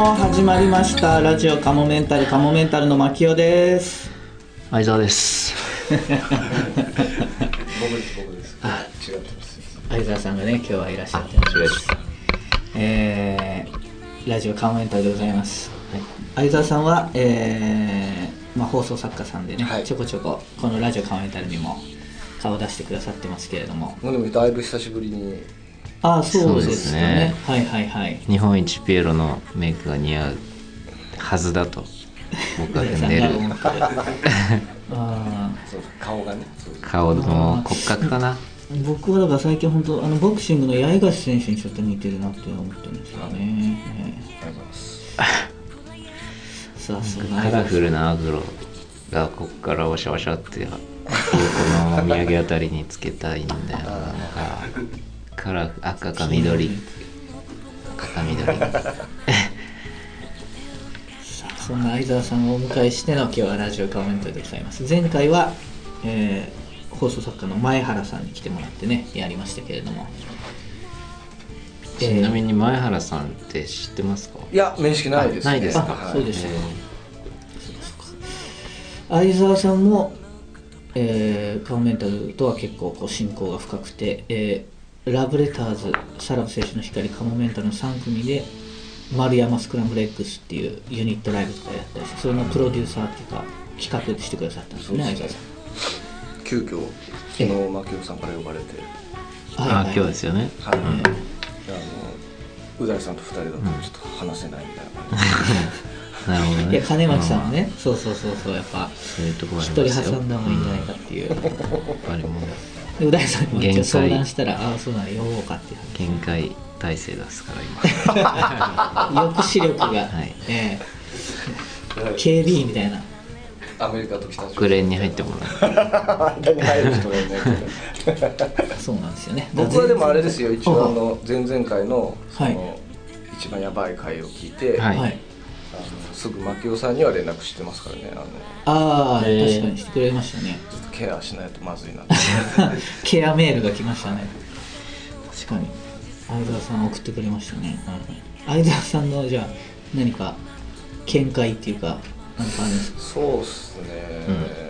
も始まりましたラジオカモメンタルの牧雄です。 相沢です。 僕です。 あ、 違ってます。 相沢さんがね今日はいらっしゃってます。ラジオカモメンタルでございます。相沢さんは、放送作家さんでね、ちょこちょここのラジオカモメンタルにも顔を出してくださってますけれども、 でもだいぶ久しぶりに。 そうですね。はいはいはい。 日本一ピエロのメイクが似合うはずだと僕は踏んでる。 そう顔がね。 顔の骨格かな。 僕はだから最近本当ボクシングの八重樫選手にちょっと似てるなって思ってるんですよね。 ありがとうございます。 さすがカラフルなアフロがここからワシャワシャってこのお土産あたりにつけたいんだよな。赤か緑そんな相沢さんをお迎えしての今日はラジオカモメンタルでございます。前回は、放送作家の前原さんに来てもらってねやりましたけれども、 ちなみに前原さんって知ってますか？ いや面識ないですね。 ないですか？ そうですか。相沢さんも、カモメンタルとは結構こう親交が深くて、ラブレターズ、さらば青春の光、カモメンタルの3組で丸山スクランブル X っていうユニットライブとかやったりして、それのプロデューサーっていうか企画してくださったんですよね、相沢さん。 急遽昨日牧雄さんから呼ばれて、 今日ですよね。 う大さんと2人だとちょっと話せないみたいな感じ。 なるほどね。 いや金巻さんはね、そうやっぱそういうところあり一ますよ。 人挟んだ方がいいんじゃないかっていう。 やっぱりもうでう大さんにも一応相談したら、そうなら呼ぼうかっていう限界体制ですから今。 抑止力が、警備員みたいな。 アメリカと北朝鮮国連に入ってもらう。 間に入る人がいないそうなんですよね。 僕はでもあれですよ、一応前々回のそはの一番やばい回を聞いて、 はいすぐ牧雄さんには連絡してますからね。 確かにしてくれましたね。 ちょっとケアしないとまずいなケアメールが来ましたね。確かに相沢さん送ってくれましたね。相沢さんのじゃあ何か見解っていうか何かあるんですか？ そうっすね、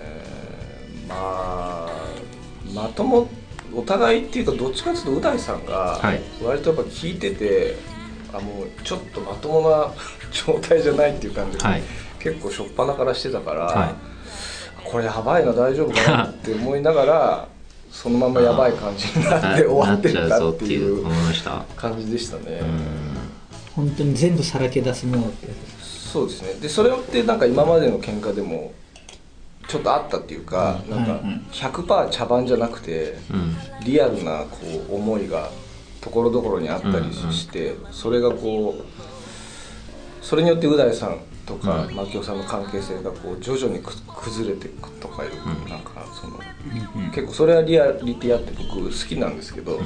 まともお互いっていうかどっちかというとう大さんが割とやっぱ聞いてて、もうちょっとまともな状態じゃないっていう感じで、結構初っ端からしてたから、これやばいな大丈夫かなって思いながらそのままやばい感じになって終わってったっていう感じでしたね。 本当に全部さらけ出すものってやつ。 そうですね。でそれってなんか今までの喧嘩でもちょっとあったっていうか、なんか 100% 茶番じゃなくて、リアルなこう思いがところどころにあったりして、それがこうそれによってう大さんとか牧雄さんの関係性がこう徐々に崩れていくとかいう、なんかその、結構それはリアリティあって僕好きなんですけど、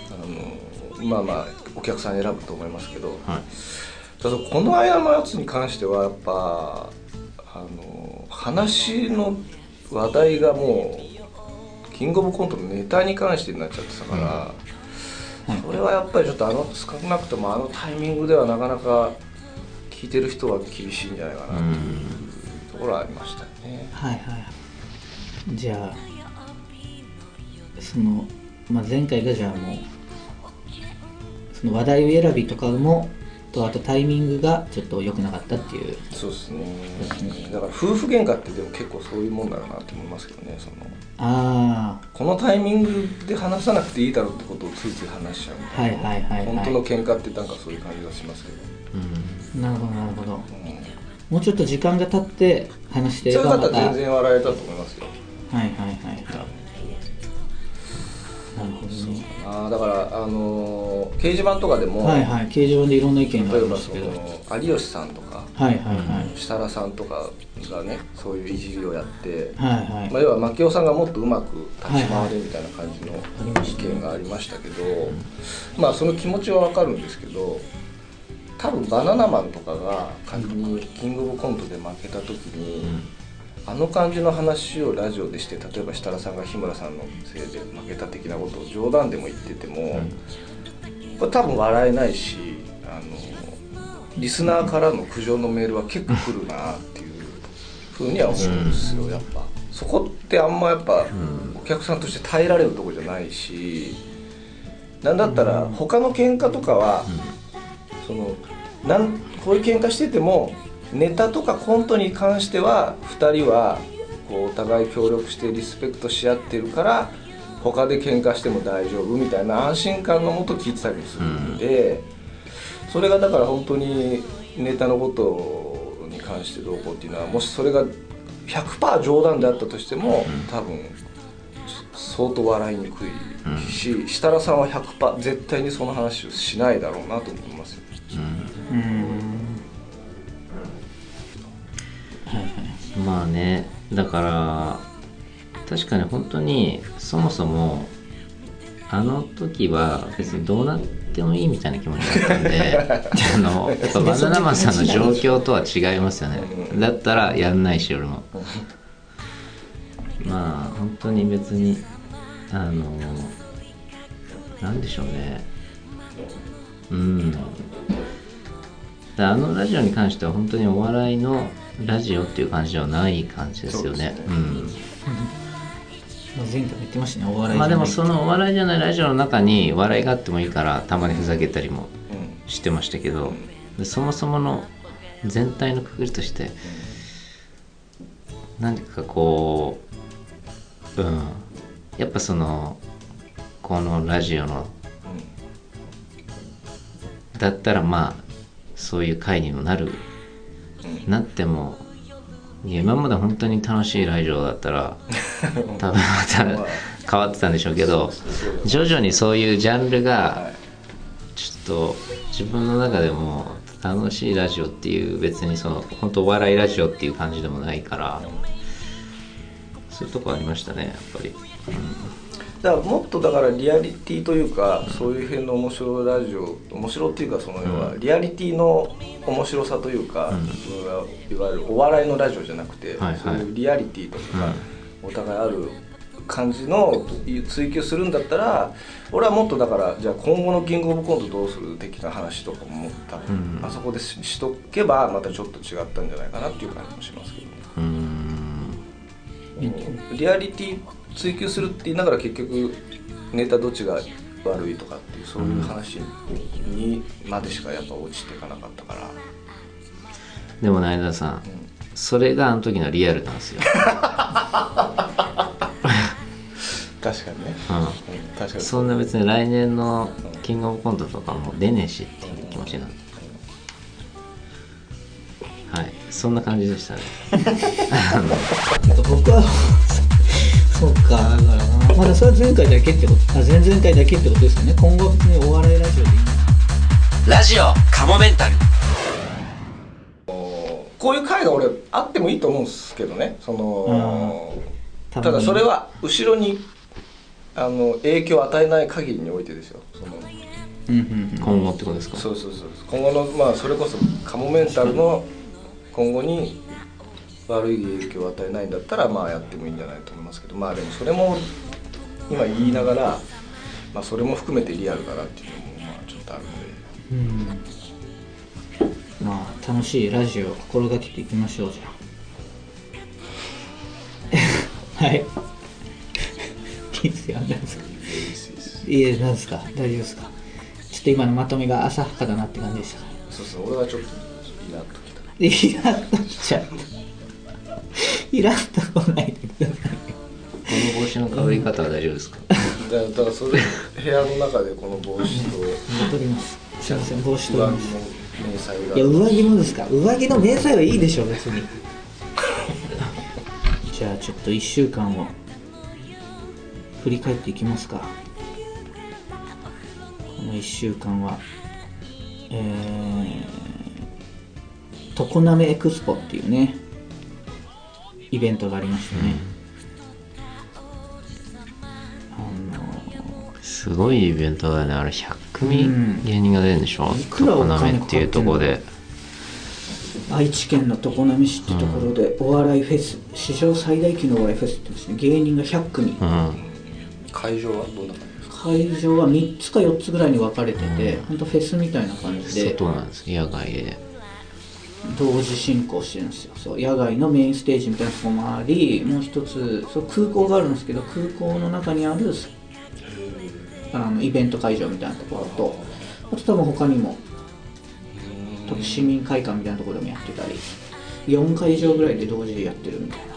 お客さん選ぶと思いますけど、ただこの間のやつに関してはやっぱ話の話題がもうキングオブコントのネタに関してになっちゃってたから、それはやっぱりちょっと少なくともあのタイミングではなかなか聞いてる人は厳しいんじゃないかなっていうところはありましたね。 じゃあその、前回がじゃあもうその話題選びとかもあとタイミングがちょっと良くなかったっていう。 そうですね。だから夫婦喧嘩ってでも結構そういうもんだろうなって思いますけどね。このタイミングで話さなくていいだろうってことをついつい話しちゃうみたいな。本当の喧嘩ってなんかそういう感じがしますけど。 なるほど。もうちょっと時間が経って話してればまた。 それだったら全然笑えたと思いますよ。 なるほどね。 だから掲示板とかでも、 掲示板でいろんな意見がありますけど、 有吉さんとか、設楽さんとかがねそういういじりをやって、要は牧雄さんがもっとうまく立ち回れみたいな感じの意見がありましたけど、その気持ちはわかるんですけど、多分バナナマンとかが仮にキングオブコントで負けた時に、あの感じの話をラジオでして、例えば設楽さんが日村さんのせいで負けた的なことを冗談でも言ってても、これ多分笑えないし、 リスナーからの苦情のメールは結構来るなっていうふうには思うんですよ。やっぱそこってあんまやっぱお客さんとして耐えられるところじゃないし、なんだったら他の喧嘩とかはこういう喧嘩しててもネタとかコントに関しては2人はこうお互い協力してリスペクトし合ってるから他で喧嘩しても大丈夫みたいな安心感のもと聞いてたりするんで、それがだから本当にネタのことに関してどうこうっていうのは、もしそれが 100% 冗談であったとしても多分相当笑いにくいし、設楽さんは 100% 絶対にその話をしないだろうなと思いますよ。 まあね、だから確かに本当にそもそもあの時は別にどうなってもいいみたいな気持ちだったんでやっぱバナナマンさんの状況とは違いますよね。だったらやんないし俺もまあ本当に別になんでしょうね、あのラジオに関しては本当にお笑いのラジオっていう感じではない感じですよね。 前回も言ってましたね、お笑いじゃない。 まあでもそのお笑いじゃないラジオの中に笑いがあってもいいからたまにふざけたりもしてましたけど、でそもそもの全体のくくりとして何かこう、やっぱこのラジオのだったらまあそういう回にもなっても、今まで本当に楽しいラジオだったら多分また変わってたんでしょうけど、徐々にそういうジャンルがちょっと自分の中でも楽しいラジオっていう別に本当お笑いラジオっていう感じでもないから、そういうとこありましたねやっぱり。 だからもっとだからリアリティというか、そういう辺の面白いラジオ、面白っていうか要はリアリティの面白さというか、いわゆるお笑いのラジオじゃなくて、そういうリアリティとか、お互いある感じの追求するんだったら、俺はもっとだからじゃあ今後のキングオブコントどうする的な話とかも多分、あそこで しとけばまたちょっと違ったんじゃないかなっていう感じもしますけどね。リアリティ追求するって言いながら結局ネタどっちが悪いとかっていうそういう話にまでしかやっぱ落ちていかなかったから。 でも前田さん、それがあの時のリアルなんですよ確かにね、確かにそんな別に来年のキングオブコントとかも出ねえしっていう気持ちになって、はい、そんな感じでしたね僕はそうか、だからな、まだそれは前回だけってこと、前々回だけってことですよね。今後は別にお笑いラジオでいいラジオカモメンタル。 こういう回が俺あってもいいと思うんですけどね。ただそれは後ろに影響を与えない限りにおいてですよ。 今後ってことですか。 そう今後のそれこそカモメンタルの今後に悪い影響を与えないんだったらやってもいいんじゃないと思いますけど、でもそれも今言いながら、それも含めてリアルだなっていうのもちょっとあるので、 楽しいラジオを心がけていきましょう。じゃあはいいいですよ。何ですか。いえ、何ですか。大丈夫ですか。ちょっと今のまとめが浅はかだなって感じでしたか。 そう俺はちょっとイラッときた。 イラッときちゃったイラッとこないでください。 この帽子のかぶり方は大丈夫ですか。 だからそれ部屋の中でこの帽子と戻ります。すいません、帽子と上着の迷彩が。 いや、上着もですか。上着の迷彩はいいでしょ別にじゃあちょっと1週間を振り返っていきますか。この1週間は常滑エクスポっていうねイベントがありましたね。 すごいイベントだよね。あれ100組芸人が出るんでしょ。常滑っていうところで、 愛知県の常滑市ってところでお笑いフェス、史上最大級のお笑いフェスってですね、芸人が100組、 会場はどんな感じですか。 会場は3つか4つぐらいに分かれてて、ほんとフェスみたいな感じで。 外なんです、野外で。 同時進行してるんですよ。そう野外のメインステージみたいなところもあり、もう一つそう空港があるんですけど、空港の中にあるイベント会場みたいなところと、あと多分他にも多分市民会館みたいなところでもやってたり、4会場ぐらいで同時でやってるみたいな。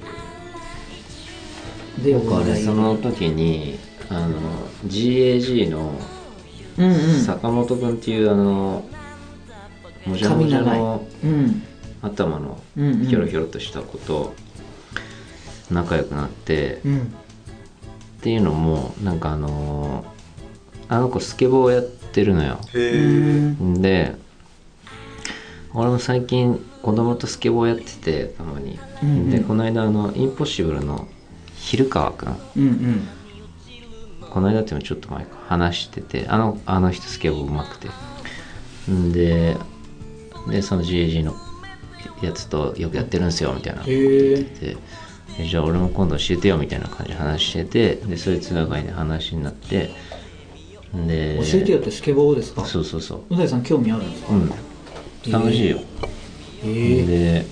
で僕はねその時にGAG の坂本君っていうもじゃもじゃの頭のヒョロヒョロとした子と仲良くなって、っていうのもなんかあの子スケボーをやってるのよ。で俺も最近子供とスケボーやっててたまに、でこの間インポッシブルの昼川くん、この間っていうのちょっと前か話してて、あの人スケボー上手くて、でその GAG のやつとよくやってるんですよみたいな言ってて、じゃあ俺も今度教えてよみたいな感じで話してて、でそれつながりで話になって、で教えてよってスケボーですか？ そうそうそう。 う大さん興味あるんですか？ 楽しいよ。で、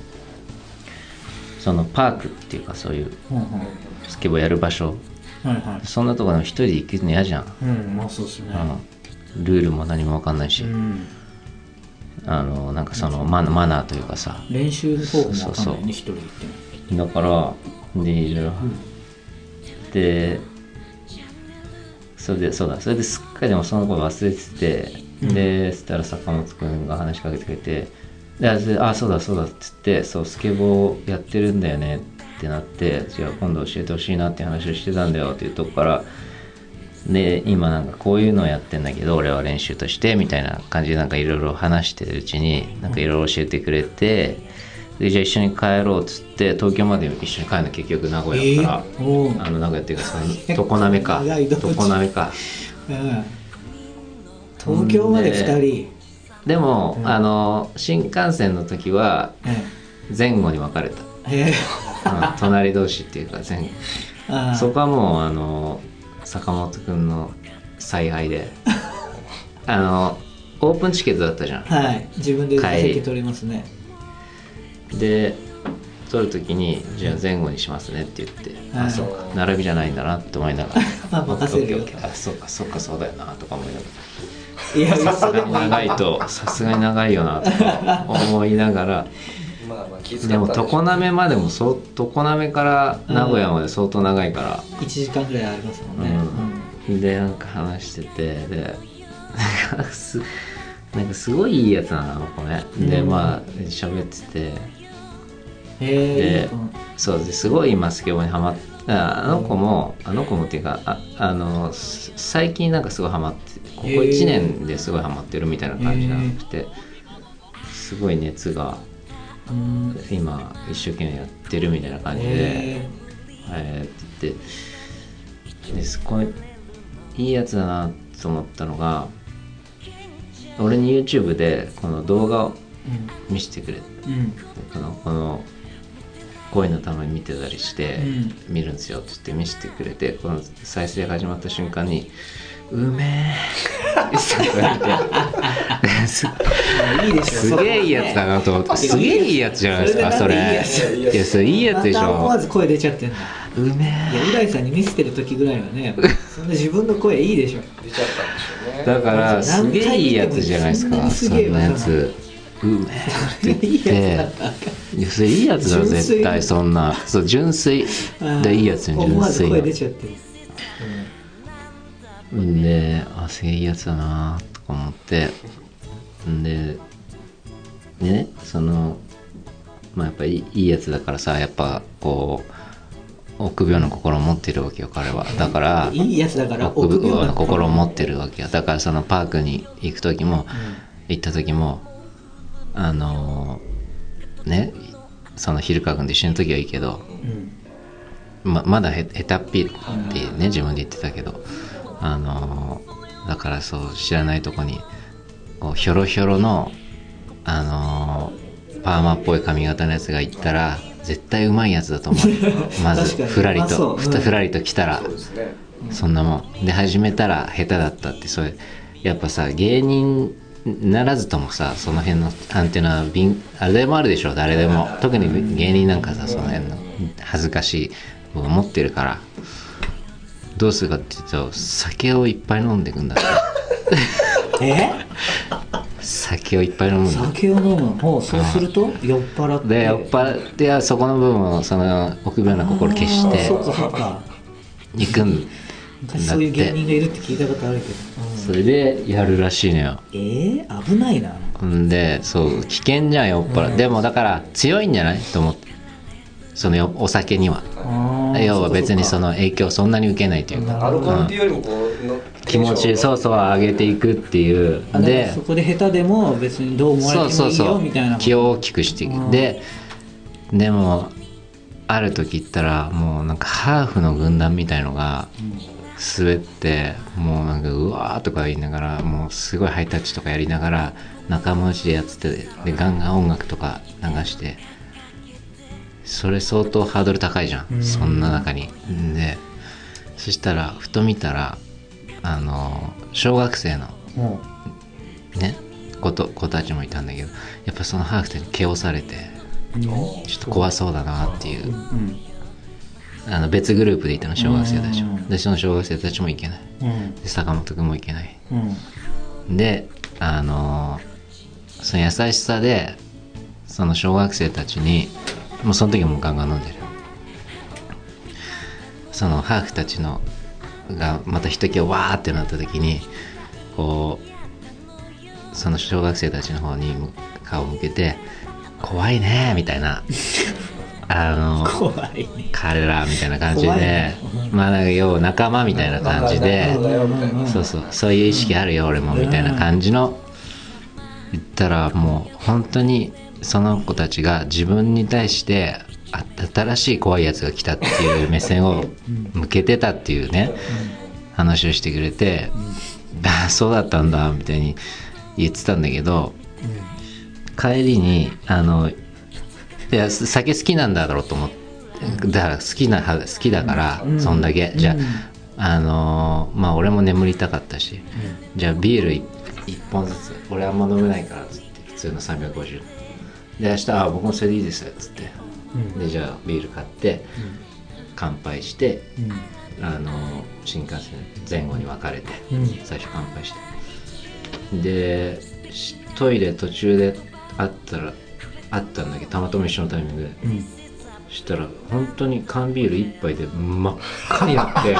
そのパークっていうかそういうスケボーやる場所、そんなところ一人で行くの嫌じゃん。 まあそうですね。 ルールも何も分かんないし、なんかそのマナーというかさ、 練習方法も分かんないね、一人で行っても。だからでいろいろでそれですっかりでもそのこと忘れてて、でそしたら坂本くんが話しかけてくれて、であそうだっつって、そうスケボーやってるんだよねってなって、じゃあ今度教えてほしいなって話をしてたんだよっていうとこから、で今なんかこういうのをやってんだけど俺は練習としてみたいな感じでなんかいろいろ話してるうちになんかいろいろ教えてくれて、でじゃあ一緒に帰ろうっつって東京まで一緒に帰るの結局名古屋から、名古屋っていうかその常滑か東京まで2人でも、新幹線の時は前後に分かれた、隣同士っていうかそこはもう坂本くんの采配でオープンチケットだったじゃん。 自分で席取りますね。 で取る時にじゃあ前後にしますねって言って、あそうか並びじゃないんだなって思いながら任せるよ。 そうかそうだよなとか思いながら、いやさすがに長いとさすがに長いよなとか思いながらでも常滑までも常滑から名古屋まで相当長いから、 1時間ぐらいありますもんね。 でなんか話してて、でなんかすごいいいやつなのこれ、でまあ喋ってて、でそうですごい今スケボーにハマって、あの子もっていうか最近なんかすごいハマってここ1年ですごいハマってるみたいな感じじゃなくて、すごい熱が今一生懸命やってるみたいな感じでって言って、ですごいいいやつだなと思ったのが、俺に YouTube でこの動画を見せてくれて、このこういうのたまに見てたりして見るんですよって言って見せてくれて、この再生始まった瞬間にうめえすげえいいやつだなと思って、すげえいいやつじゃないですかそれ。いやそれいいやつでしょ。 思わず声出ちゃってんだ。 うめえ。 いやう大さんに見せてる時ぐらいはね、そんな自分の声いいでしょ。 出ちゃったんでしょうね。 だからすげえいいやつじゃないですか。そんなやつうめえって言って、いやそれいいやつだ絶対。そんなそう純粋でいいやつに純粋な。 思わず声出ちゃってる。 ですげえいいやつだなとか思って、でねそのまあやっぱりいいやつだからさ、やっぱこう臆病な心を持ってるわけよ彼は。だからいいやつだから臆病な心を持ってるわけよ。だからそのパークに行く時も、行った時もねその昼川君と一緒の時はいいけど、まだ下手っぴってね自分で言ってたけど、だからそう知らないとこにこうヒョロヒョロのパーマっぽい髪型のやつが行ったら絶対うまいやつだと思うまずふらりと来たら そんなもんで始めたら下手だったって、それやっぱさ芸人ならずともさ、その辺のアンテナあれでもあるでしょ、誰でも。特に芸人なんかさ、その辺の恥ずかしい部分持ってるから、どうするかっていうと、酒をいっぱい飲んでいくんだって酒をいっぱい飲むんだ。 酒を飲むの。そうすると酔っ払って、 で酔っ払ってそこの部分を、その臆病な心消していくんだって。 昔そういう芸人がいるって聞いたことあるけど、 それでやるらしいのよ。 危ないな。 でそう危険じゃん、酔っ払でもだから強いんじゃないと思って、そのお酒には。要は別にその影響そんなに受けないというか、 アルコールっていうよりもこう気持ちそう上げていくっていう。 でそこで下手でも別にどう思われてもいいよみたいな、 気を大きくしていく。でもある時行ったら、もうなんかハーフの軍団みたいのが滑って、もうなんかうわーとか言いながら、もうすごいハイタッチとかやりながら仲間内でやってて、でガンガン音楽とか流して、それ相当ハードル高いじゃん、そんな中に。でそしたらふと見たら、小学生のね子たちもいたんだけど、やっぱそのハーフたちに蹴押されて、ちょっと怖そうだなっていう、別グループでいたの、小学生たちも。でその小学生たちもいけない、で坂本君もいけない、でその優しさでその小学生たちに、もうその時もガンガン飲んでる、そのハーフたちのがまたひときわーってなった時に、こうその小学生たちの方に顔を向けて、怖いねみたいな怖いね彼らみたいな感じで、まあなんか要は仲間みたいな感じで、そういう意識あるよ俺もみたいな感じの言ったら、もう本当にその子たちが自分に対して新しい怖いやつが来たっていう目線を向けてたっていうね、話をしてくれて、ああそうだったんだみたいに言ってたんだけど、帰りにいや酒好きなんだろうと思って、だから好きだから、そんだけじゃあ、まあ俺も眠りたかったし、じゃあビール1本ずつ、俺あんま飲めないからっつって、普通の350で、明日僕もそれでいいですっつって、でじゃあビール買って乾杯して、新幹線前後に分かれて、最初乾杯して、でトイレ途中であったんだけど、たまたま一緒のタイミングで、そしたら本当に缶ビール1杯で真っ赤になって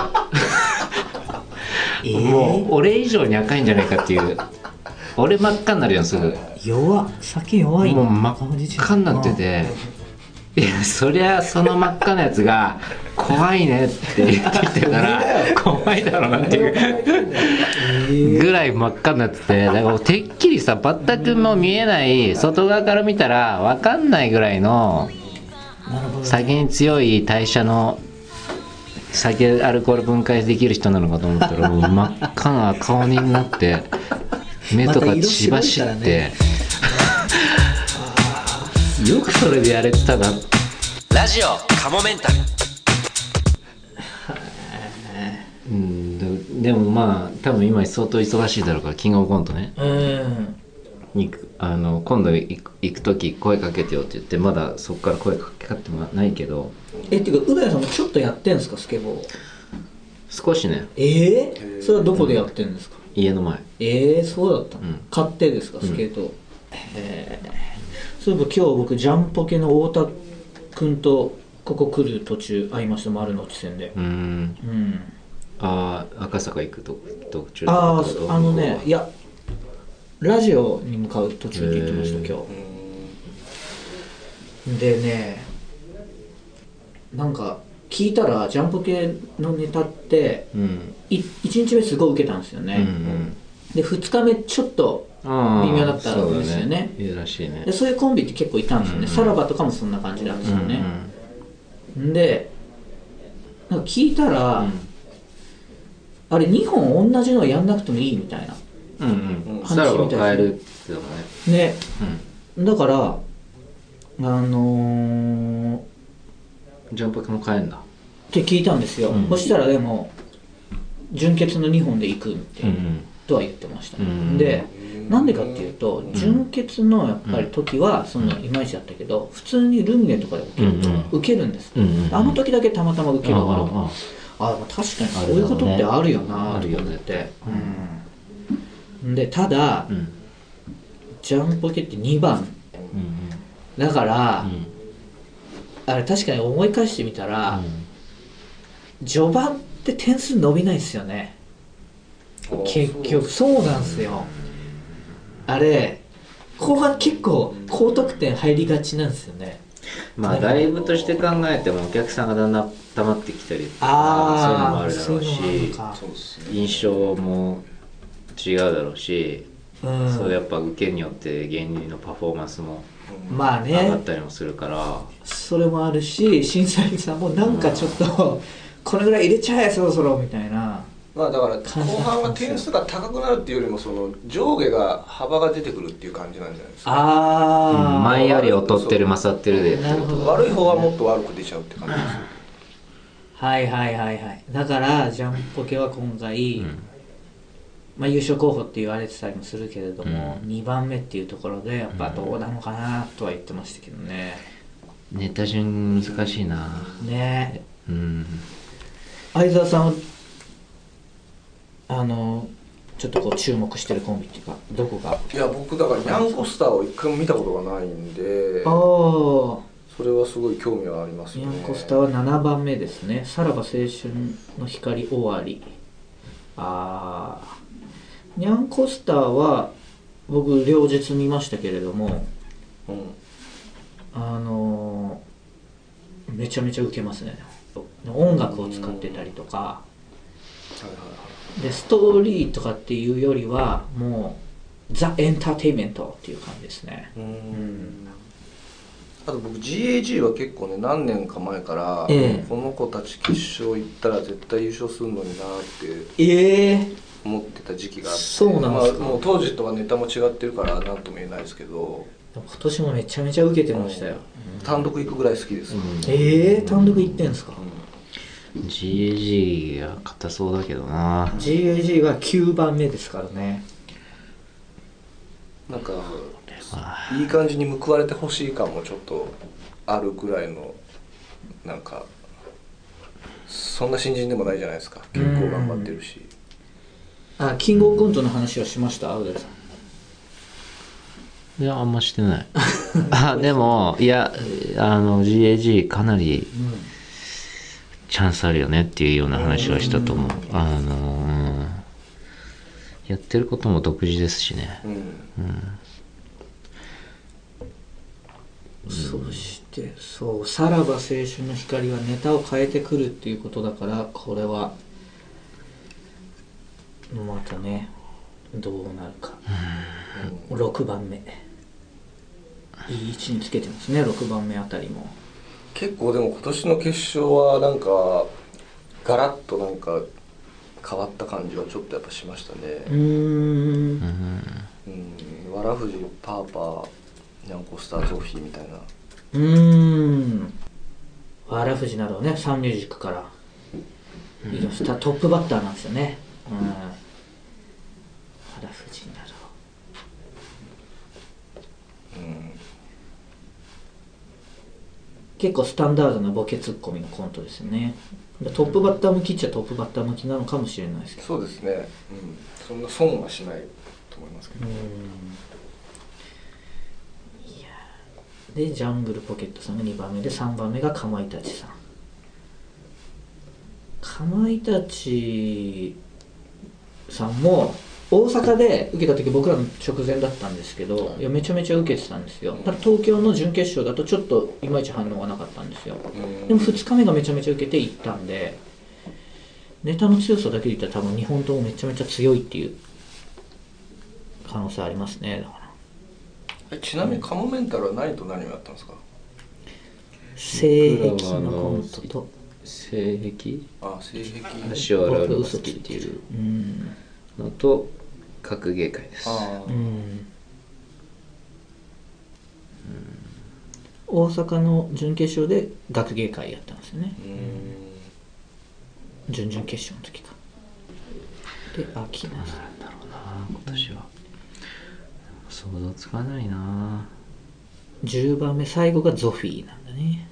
もう俺以上に赤いんじゃないかっていう、俺真っ赤になるよすぐ。 酒弱いもう真っ赤になってて、いやそりゃその真っ赤なやつが怖いねって言ってきてたら怖いだろうなっていうぐらい真っ赤になってて、だからてっきりさ、全くもう見えない、外側から見たら分かんないぐらいの酒に強い代謝のアルコール分解できる人なのかと思ったら、もう真っ赤な顔になって目とか血走って、よくそれでやれてたな。 ラジオカモメンタル。 でもまあ多分今相当忙しいだろうから、キングオブコントね、今度行く時声かけてよって言って、まだそこから声かけってもないけど。 っていうかう大さんもちょっとやってんですか、スケボー。 少しね。 それはどこでやってんですか。 家の前。 そうだったの、買ってですか、スケート。そういえば今日僕ジャンポケの太田君とここ来る途中会いました、丸の内線で。 赤坂行く途中。 いやラジオに向かう途中って言ってました、今日でね。なんか聞いたらジャンポケのネタって、1日目すごい受けたんですよね、で2日目ちょっと微妙だったんですよね。 いいらしいね。 でそういうコンビって結構いたんですよね、さらばとかもそんな感じなんですよね、でなんか聞いたら、あれ2本同じのやんなくてもいいみたいな話みたいですね。だからジャンポケも変えんだって聞いたんですよ、そしたらでも純潔の2本で行くって、とは言ってました、でなんでかっていうと、純潔のやっぱり時はそのいまいちだったけど、普通にルミネとかで受けると受けるんです、あの時だけたまたま受けるから、確かにそういうことってあるよなと思って、でただ、ジャンポケって2番、だから、あれ確かに思い返してみたら、序盤って点数伸びないですよね。結局そうなんですよ。あれ後半結構高得点入りがちなんですよね。 まあライブとして考えてもお客さんがだんだん溜まってきたりとか、そういうのもあるだろうし、印象も違うだろうし、それやっぱ受けによって芸人のパフォーマンスもまあね上がったりもするから、 それもあるし、審査員さんもなんかちょっとこれぐらい入れちゃえそろそろみたいな。 まあだから後半は点数が高くなるっていうよりも、その上下が幅が出てくるっていう感じなんじゃないですか。 前より劣ってる勝ってるで、 悪い方はもっと悪く出ちゃうって感じです。 はいはいはいはい。だからジャンポケは今回、優勝候補って言われてたりもするけれども、2番目っていうところでやっぱどうなのかなとは言ってましたけどね。 ネタ順難しいなね。相沢さんはちょっとこう注目してるコンビっていうか、どこが？ いや僕だからニャンコスターを一回も見たことがないんで、それはすごい興味はありますね。 ニャンコスターは7番目ですね。さらば青春の光終わり。ニャンコスターは僕両日見ましたけれども、めちゃめちゃウケますね。音楽を使ってたりとか、でストーリーとかっていうよりはもうザ・エンターテインメントっていう感じですね。 あと僕 GAG は結構ね、何年か前から、この子たち決勝行ったら絶対優勝するのになって思ってた時期があって、 そうなんですか。 もう当時とはネタも違ってるから何とも言えないですけど、 今年もめちゃめちゃ受けてましたよ。 単独行くぐらい好きです。 単独行ってんすか。 GAG が硬そうだけどな。 GAG は9番目ですからね。 なんかいい感じに報われてほしい感もちょっとあるぐらいの、なんかそんな新人でもないじゃないですか。結構頑張ってるし。 キングオブコントの話はしました、青田さん。いや、あんましてないでもいやGAG かなりチャンスあるよねっていうような話はしたと思う。やってることも独自ですしね。 そしてさらば青春の光はネタを変えてくるっていうことだから、これはまたねどうなるか。6番目いい位置につけてますね。6番目あたりも結構。でも今年の決勝はなんかガラッとなんか変わった感じはちょっとやっぱしましたね。わらふじ、パーパー、ニャンコスター、ゾフィーみたいな。 わらふじなどね、サンミュージックから移動したトップバッターなんですよね。わらふじなど、結構スタンダードなボケツッコミのコントですよね。トップバッター向きっちゃトップバッター向きなのかもしれないですけど。 そうですね、そんな損はしないと思いますけど。 でジャングルポケットさんが2番目で、3番目がかまいたちさん。かまいたちさんも大阪で受けた時僕らの直前だったんですけど、いやめちゃめちゃ受けてたんですよ。ただ東京の準決勝だとちょっといまいち反応がなかったんですよ。でも2日目がめちゃめちゃ受けていったんで、ネタの強さだけで言ったら多分2本ともめちゃめちゃ強いっていう可能性ありますね。だからちなみにカモメンタルは何と何をやったんですか？ 性癖のコントと性癖、 性癖、 足を洗うのが好きっていうのと学芸会です。 大阪の準決勝で学芸会やったんですよね。準々決勝の時かで、秋なんだろうな今年は。 想像つかないな。 10番目最後がゾフィーなんだね。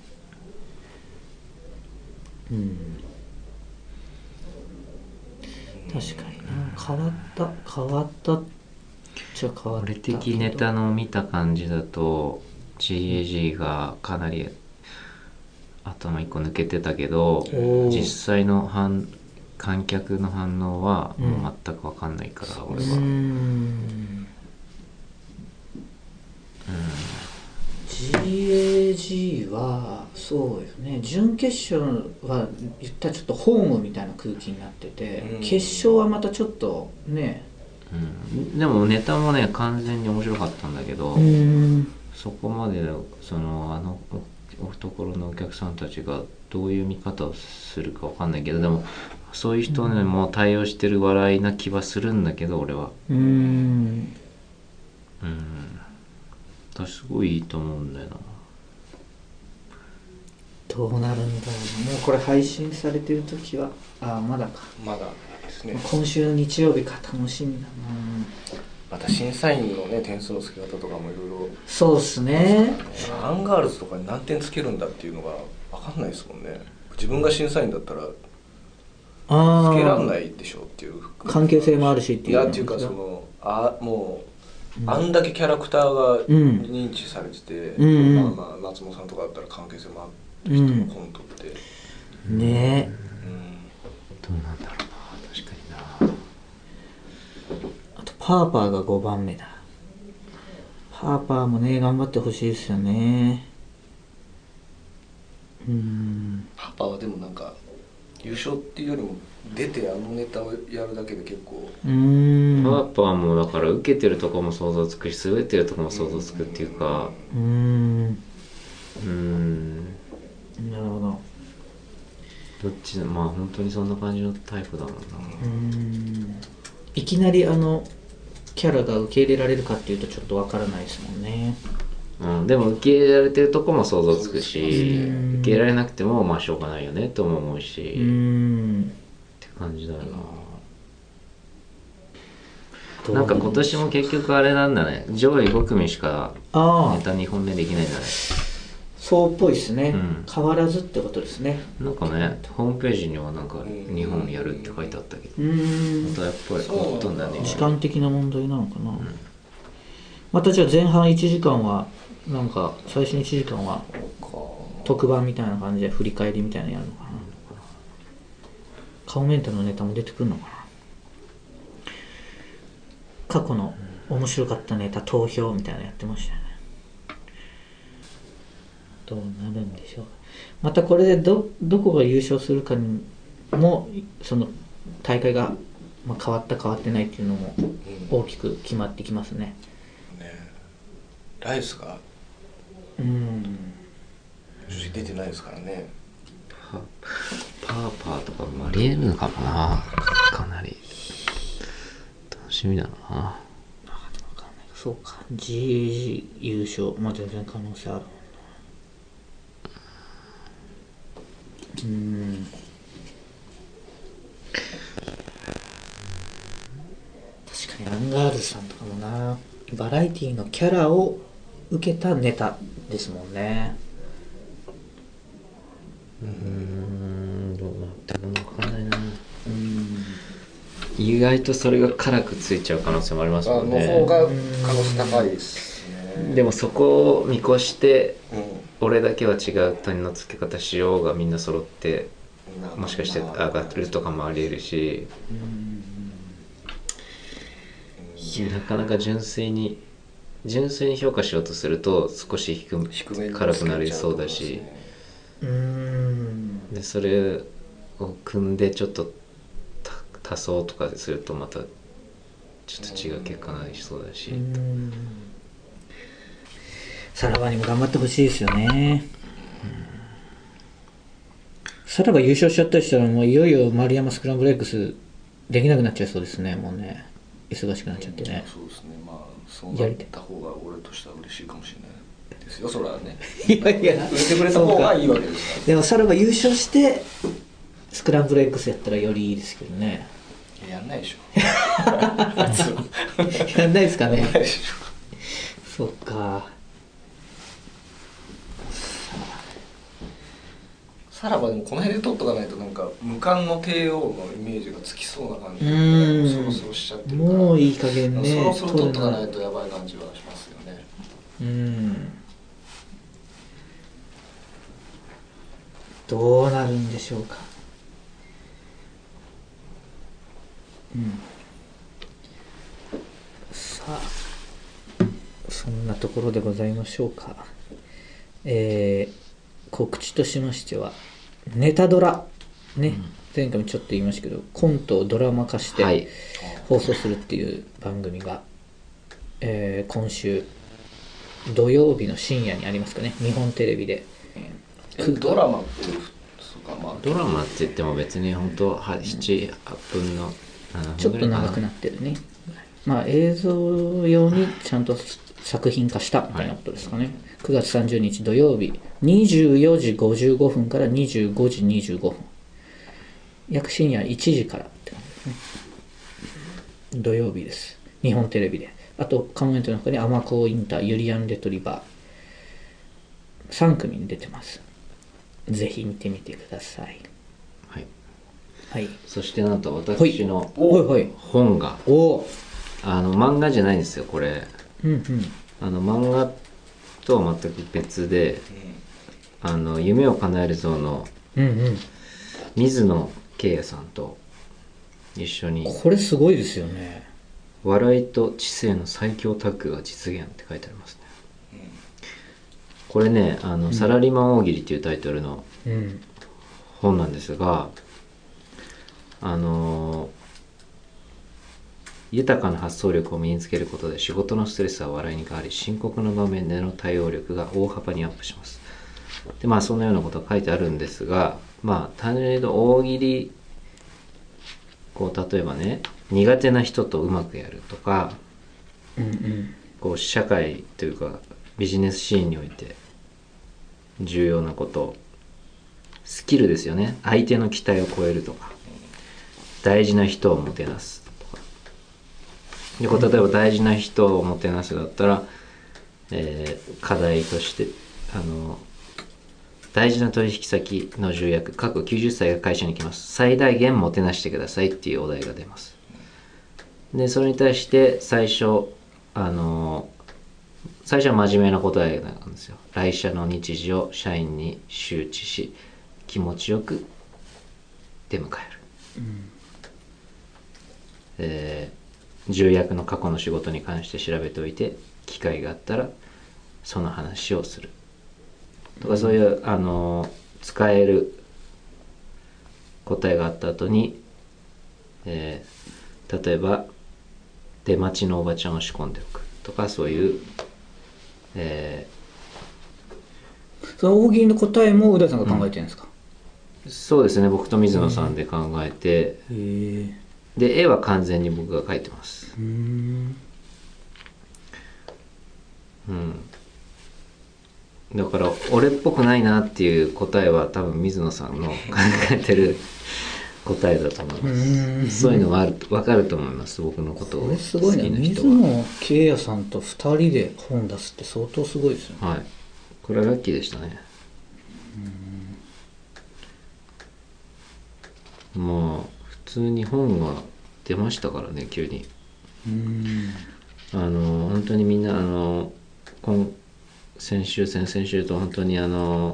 確かにな、変わったっちゃ変わった。 俺的ネタの見た感じだと GAG がかなり頭1個抜けてたけど、実際の観客の反応はもう全く分かんないから、俺は GAG はそうですね、準決勝は言ったらちょっとホームみたいな空気になってて、決勝はまたちょっとね、 でもネタもね完全に面白かったんだけど、そこまでその懐のお客さんたちがどういう見方をするか分かんないけど、でもそういう人にも対応してる笑いな気はするんだけど、俺はすごいいいと思うんだよな。 どうなるんだろう。もうこれ配信されてる時はまだか、 まだですね。 今週の日曜日か、楽しみだな。 また審査員のね点数の付け方とかもいろいろ。 そうっすね。 アンガールズとかに何点つけるんだっていうのが分かんないですもんね。自分が審査員だったらつけらんないでしょっていう。 関係性もあるしっていう。 いやっていうか、そのもうあんだけキャラクターが認知されてて、まあ松本さんとかだったら関係性もある人のコントってねえ、 どうなんだろうな。確かにな。 あとパーパーが5番目だ。パーパーもね頑張ってほしいですよね。 パーパーはでもなんか優勝っていうよりも出てあのネタをやるだけで結構。 パーパーもだから受けてるとこも想像つくし、滑ってるとこも想像つくっていうか。 なるほど。 どっちまあ本当にそんな感じのタイプだもんな。 いきなりキャラが受け入れられるかっていうとちょっとわからないですもんね。 でも受け入れられてるとこも想像つくし、受け入れられなくてもまあしょうがないよねとも思うし、って感じだよな。なんか今年も結局あれなんだね、上位5組しかネタ2本目できないんだね。 そうっぽいですね、変わらずってことですね。 なんかね、ホームページにはなんか2本やるって書いてあったけど、またやっぱりほとんどね、 時間的な問題なのかな。またじゃあ前半1時間はなんか最初の1時間は特番みたいな感じで振り返りみたいなのやるのかな。顔メンタルのネタも出てくるのかな。過去の面白かったネタ投票みたいなのやってましたよね。どうなるんでしょう。またこれでどこが優勝するかにもその大会が変わった変わってないっていうのも大きく決まってきますね。 ライスが正直出てないですからね。 パーパーとかもありえるのかもな。かなり楽しみだな。 そうか、 GAG 優勝、全然可能性あるもんな。確かにアンガールズさんとかもな、バラエティのキャラを受けたネタですもんね。 どうなってるのかんないな。意外とそれが辛くついちゃう可能性もありますもんね。 の方が可能性高いですね。 でもそこを見越して、俺だけは違う点の付け方しようがみんな揃ってもしかして上がってるとかもありえるし、なかなか純粋に評価しようとすると少し辛くなりそうだし、でそれを組んでちょっと多層とかするとまたちょっと違う結果になりそうだし、 さらばにも頑張ってほしいですよね。さらば優勝しちゃったりしたらもういよいよ丸山スクランブル X できなくなっちゃいそうですね。もうね忙しくなっちゃってね。 そうですね。そうなった方が俺としては嬉しいかもしれないですよ。それはね。 いやいや、 売れてくれた方がいいわけですから。 でもさらば優勝してスクランブル X やったらよりいいですけどね。 やんないでしょ。 やんないですかね。 そっか。 さらばでもこの辺で撮っとかないとなんか無冠の帝王のイメージがつきそうな感じで、そろそろしちゃってるから、 もういい加減ね、 そろそろ撮っとかないとやばい感じはしますよね。 どうなるんでしょうか。さあそんなところでございましょうか。告知としましてはネタドラね、前回もちょっと言いましたけど、コントをドラマ化して放送するっていう番組が、今週土曜日の深夜にありますかね、日本テレビで。 ドラマってドラマって言っても別に本当7、8分のちょっと長くなってるね。まあ映像用にちゃんと作品化したみたいなことですかね。9月30日土曜日24時55分から25時25分、約深夜1時からって感じですね。土曜日です、日本テレビで。あとカモメントの他にアマコインター、ユリアンレトリバー3組に出てます。ぜひ見てみてください。 はい、 はい、 そしてなんと私の本が、漫画じゃないんですよこれ。漫画とは全く別で、夢を叶える像の水野圭也さんと一緒に、 これすごいですよね。 笑いと知性の最強タッグが実現って書いてありますね。これね、サラリーマン大喜利っていうタイトルの本なんですが、豊かな発想力を身につけることで仕事のストレスは笑いに変わり、深刻な場面での対応力が大幅にアップします。でそのようなことが書いてあるんですが、単純に言うと大喜利、例えばね、苦手な人とうまくやるとか、社会というかビジネスシーンにおいて重要なこと、スキルですよね。相手の期待を超えるとか、大事な人をもてなすとかで、例えば大事な人をもてなすだったら、課題として大事な取引先の重役過去90歳が会社に来ます、最大限もてなしてくださいっていうお題が出ます。でそれに対して最初は真面目な答えなんですよ。来社の日時を社員に周知し、気持ちよく出迎える、重役の過去の仕事に関して調べておいて、機会があったらその話をするとか、そういう使える答えがあった後に、例えば出待ちのおばちゃんを仕込んでおくとか、そういう、 その大喜利の答えも宇田さんが考えてるんですか？ そうですね、僕と水野さんで考えて、で絵は完全に僕が描いてます。だから俺っぽくないなっていう答えは多分水野さんの考えてる答えだと思います。そういうのは分かると思います。僕のことを好きな人は。これすごいね。 水野圭也さんと2人で本出すって相当すごいですよね。 はい、これはラッキーでしたね。普通に本が出ましたからね、急に。本当にみんな先週先々週と本当に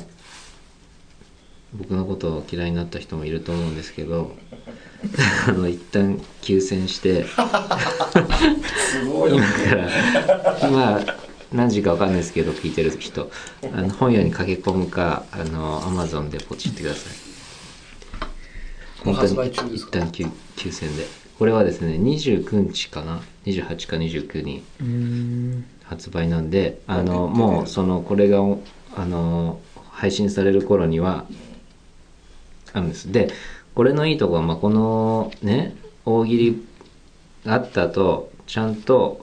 僕のことを嫌いになった人もいると思うんですけど一旦休戦してすごい今から何時か分かんないですけど、聞いてる人本屋に駆け込むかAmazon でポチってください。 本当に一旦休戦で。これはですね29日かな、28か29に発売なんで、もうこれが配信される頃にはあるんです。でこれのいいところは、このね大喜利があった後、ちゃんと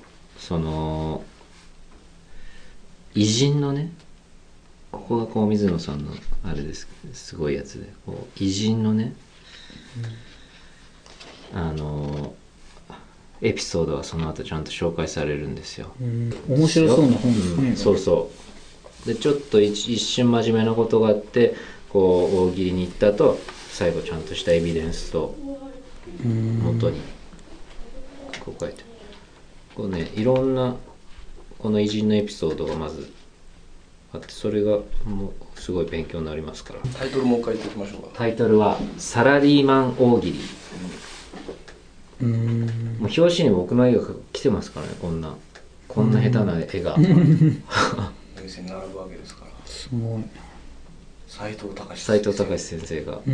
偉人のね、ここが水野さんのあれです、すごいやつで、偉人のね、 エピソードはその後ちゃんと紹介されるんですよ。 面白そうな本ですね。 そうそうでちょっと一瞬真面目なことがあってこう大喜利に行った後最後ちゃんとしたエビデンスと元にこう書いてこうねいろんなこの偉人のエピソードがまずあってそれがもうすごい勉強になりますから。 タイトルもう一回言っておきましょうか。 タイトルはサラリーマン大喜利。もう表紙に僕の絵が来てますからね。こんな下手な絵がお店に並ぶわけですから。 すごいな。 斉藤隆先生が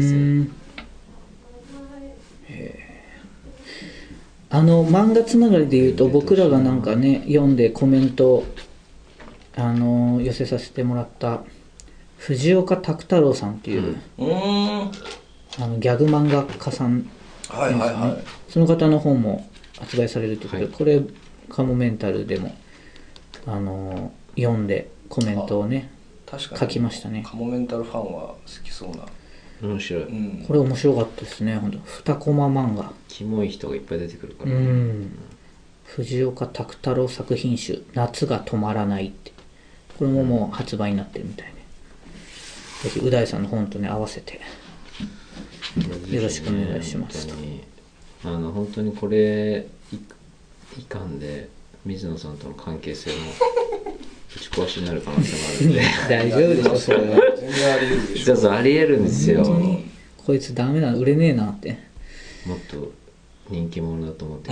漫画つながりでいうと僕らがなんかね読んでコメント寄せさせてもらった藤岡拓太郎さんっていう、ギャグ漫画家さんですね、はいはいはい、その方の本も発売されるということで、はい、これカモメンタルでも読んでコメントをね書きましたね。 カモメンタルファンは好きそうな。 面白い、 これ面白かったですね。本当2コマ漫画キモい人がいっぱい出てくるから、 藤岡拓太郎作品集夏が止まらないってこれももう発売になってるみたいで、ぜひう大さんの本とね合わせてよろしくお願いしますと。 本当にこれいかんで水野さんとの関係性も打ち壊しになる可能性もあるんで大丈夫でしょそれは。 全然あり得るでしょ。 そうあり得るんですよ。 こいつダメな売れねえなって。 もっと人気者だと思って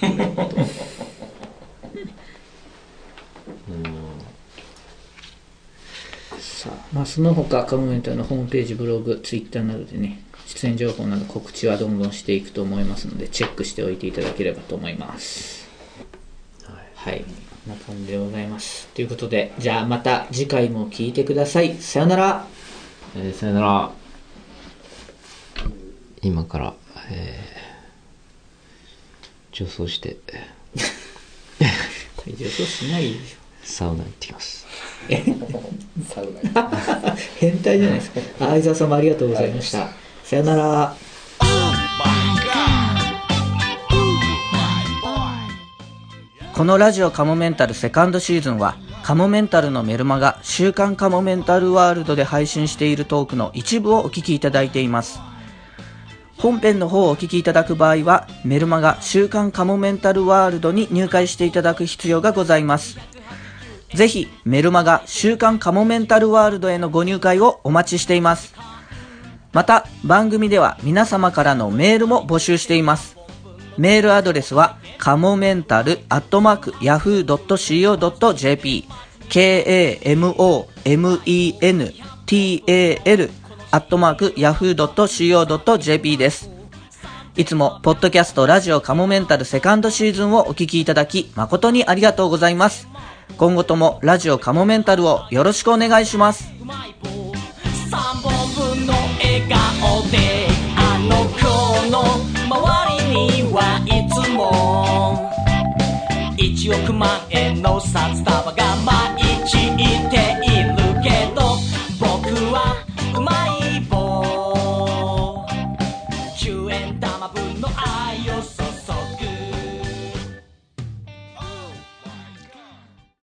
さあ、その他カモメンタルのホームページ、ブログ、ツイッターなどでね出演情報など告知はどんどんしていくと思いますのでチェックしておいていただければと思います。はい、こんな感じでございます。ということでじゃあまた次回も聞いてください。さよなら。 さよなら。今から、女装して女装しないでしょ。 サウナ行ってきます。 サウナ変態じゃないですか。相沢さんもありがとうございました。さよなら。このラジオカモメンタルセカンドシーズンはカモメンタルのメルマガ週刊カモメンタルワールドで配信しているトークの一部をお聞きいただいています。本編の方をお聞きいただく場合はメルマガ週刊カモメンタルワールドに入会していただく必要がございます。ぜひメルマガ週刊カモメンタルワールドへのご入会をお待ちしています。また番組では皆様からのメールも募集しています。メールアドレスはカモメンタル@yahoo.co.jp kamomental@yahoo.co.jp です。いつもポッドキャストラジオカモメンタルセカンドシーズンをお聞きいただき誠にありがとうございます。今後ともラジオカモメンタルをよろしくお願いします。3本分の笑顔であの子の周りにはいつも1億万円の札束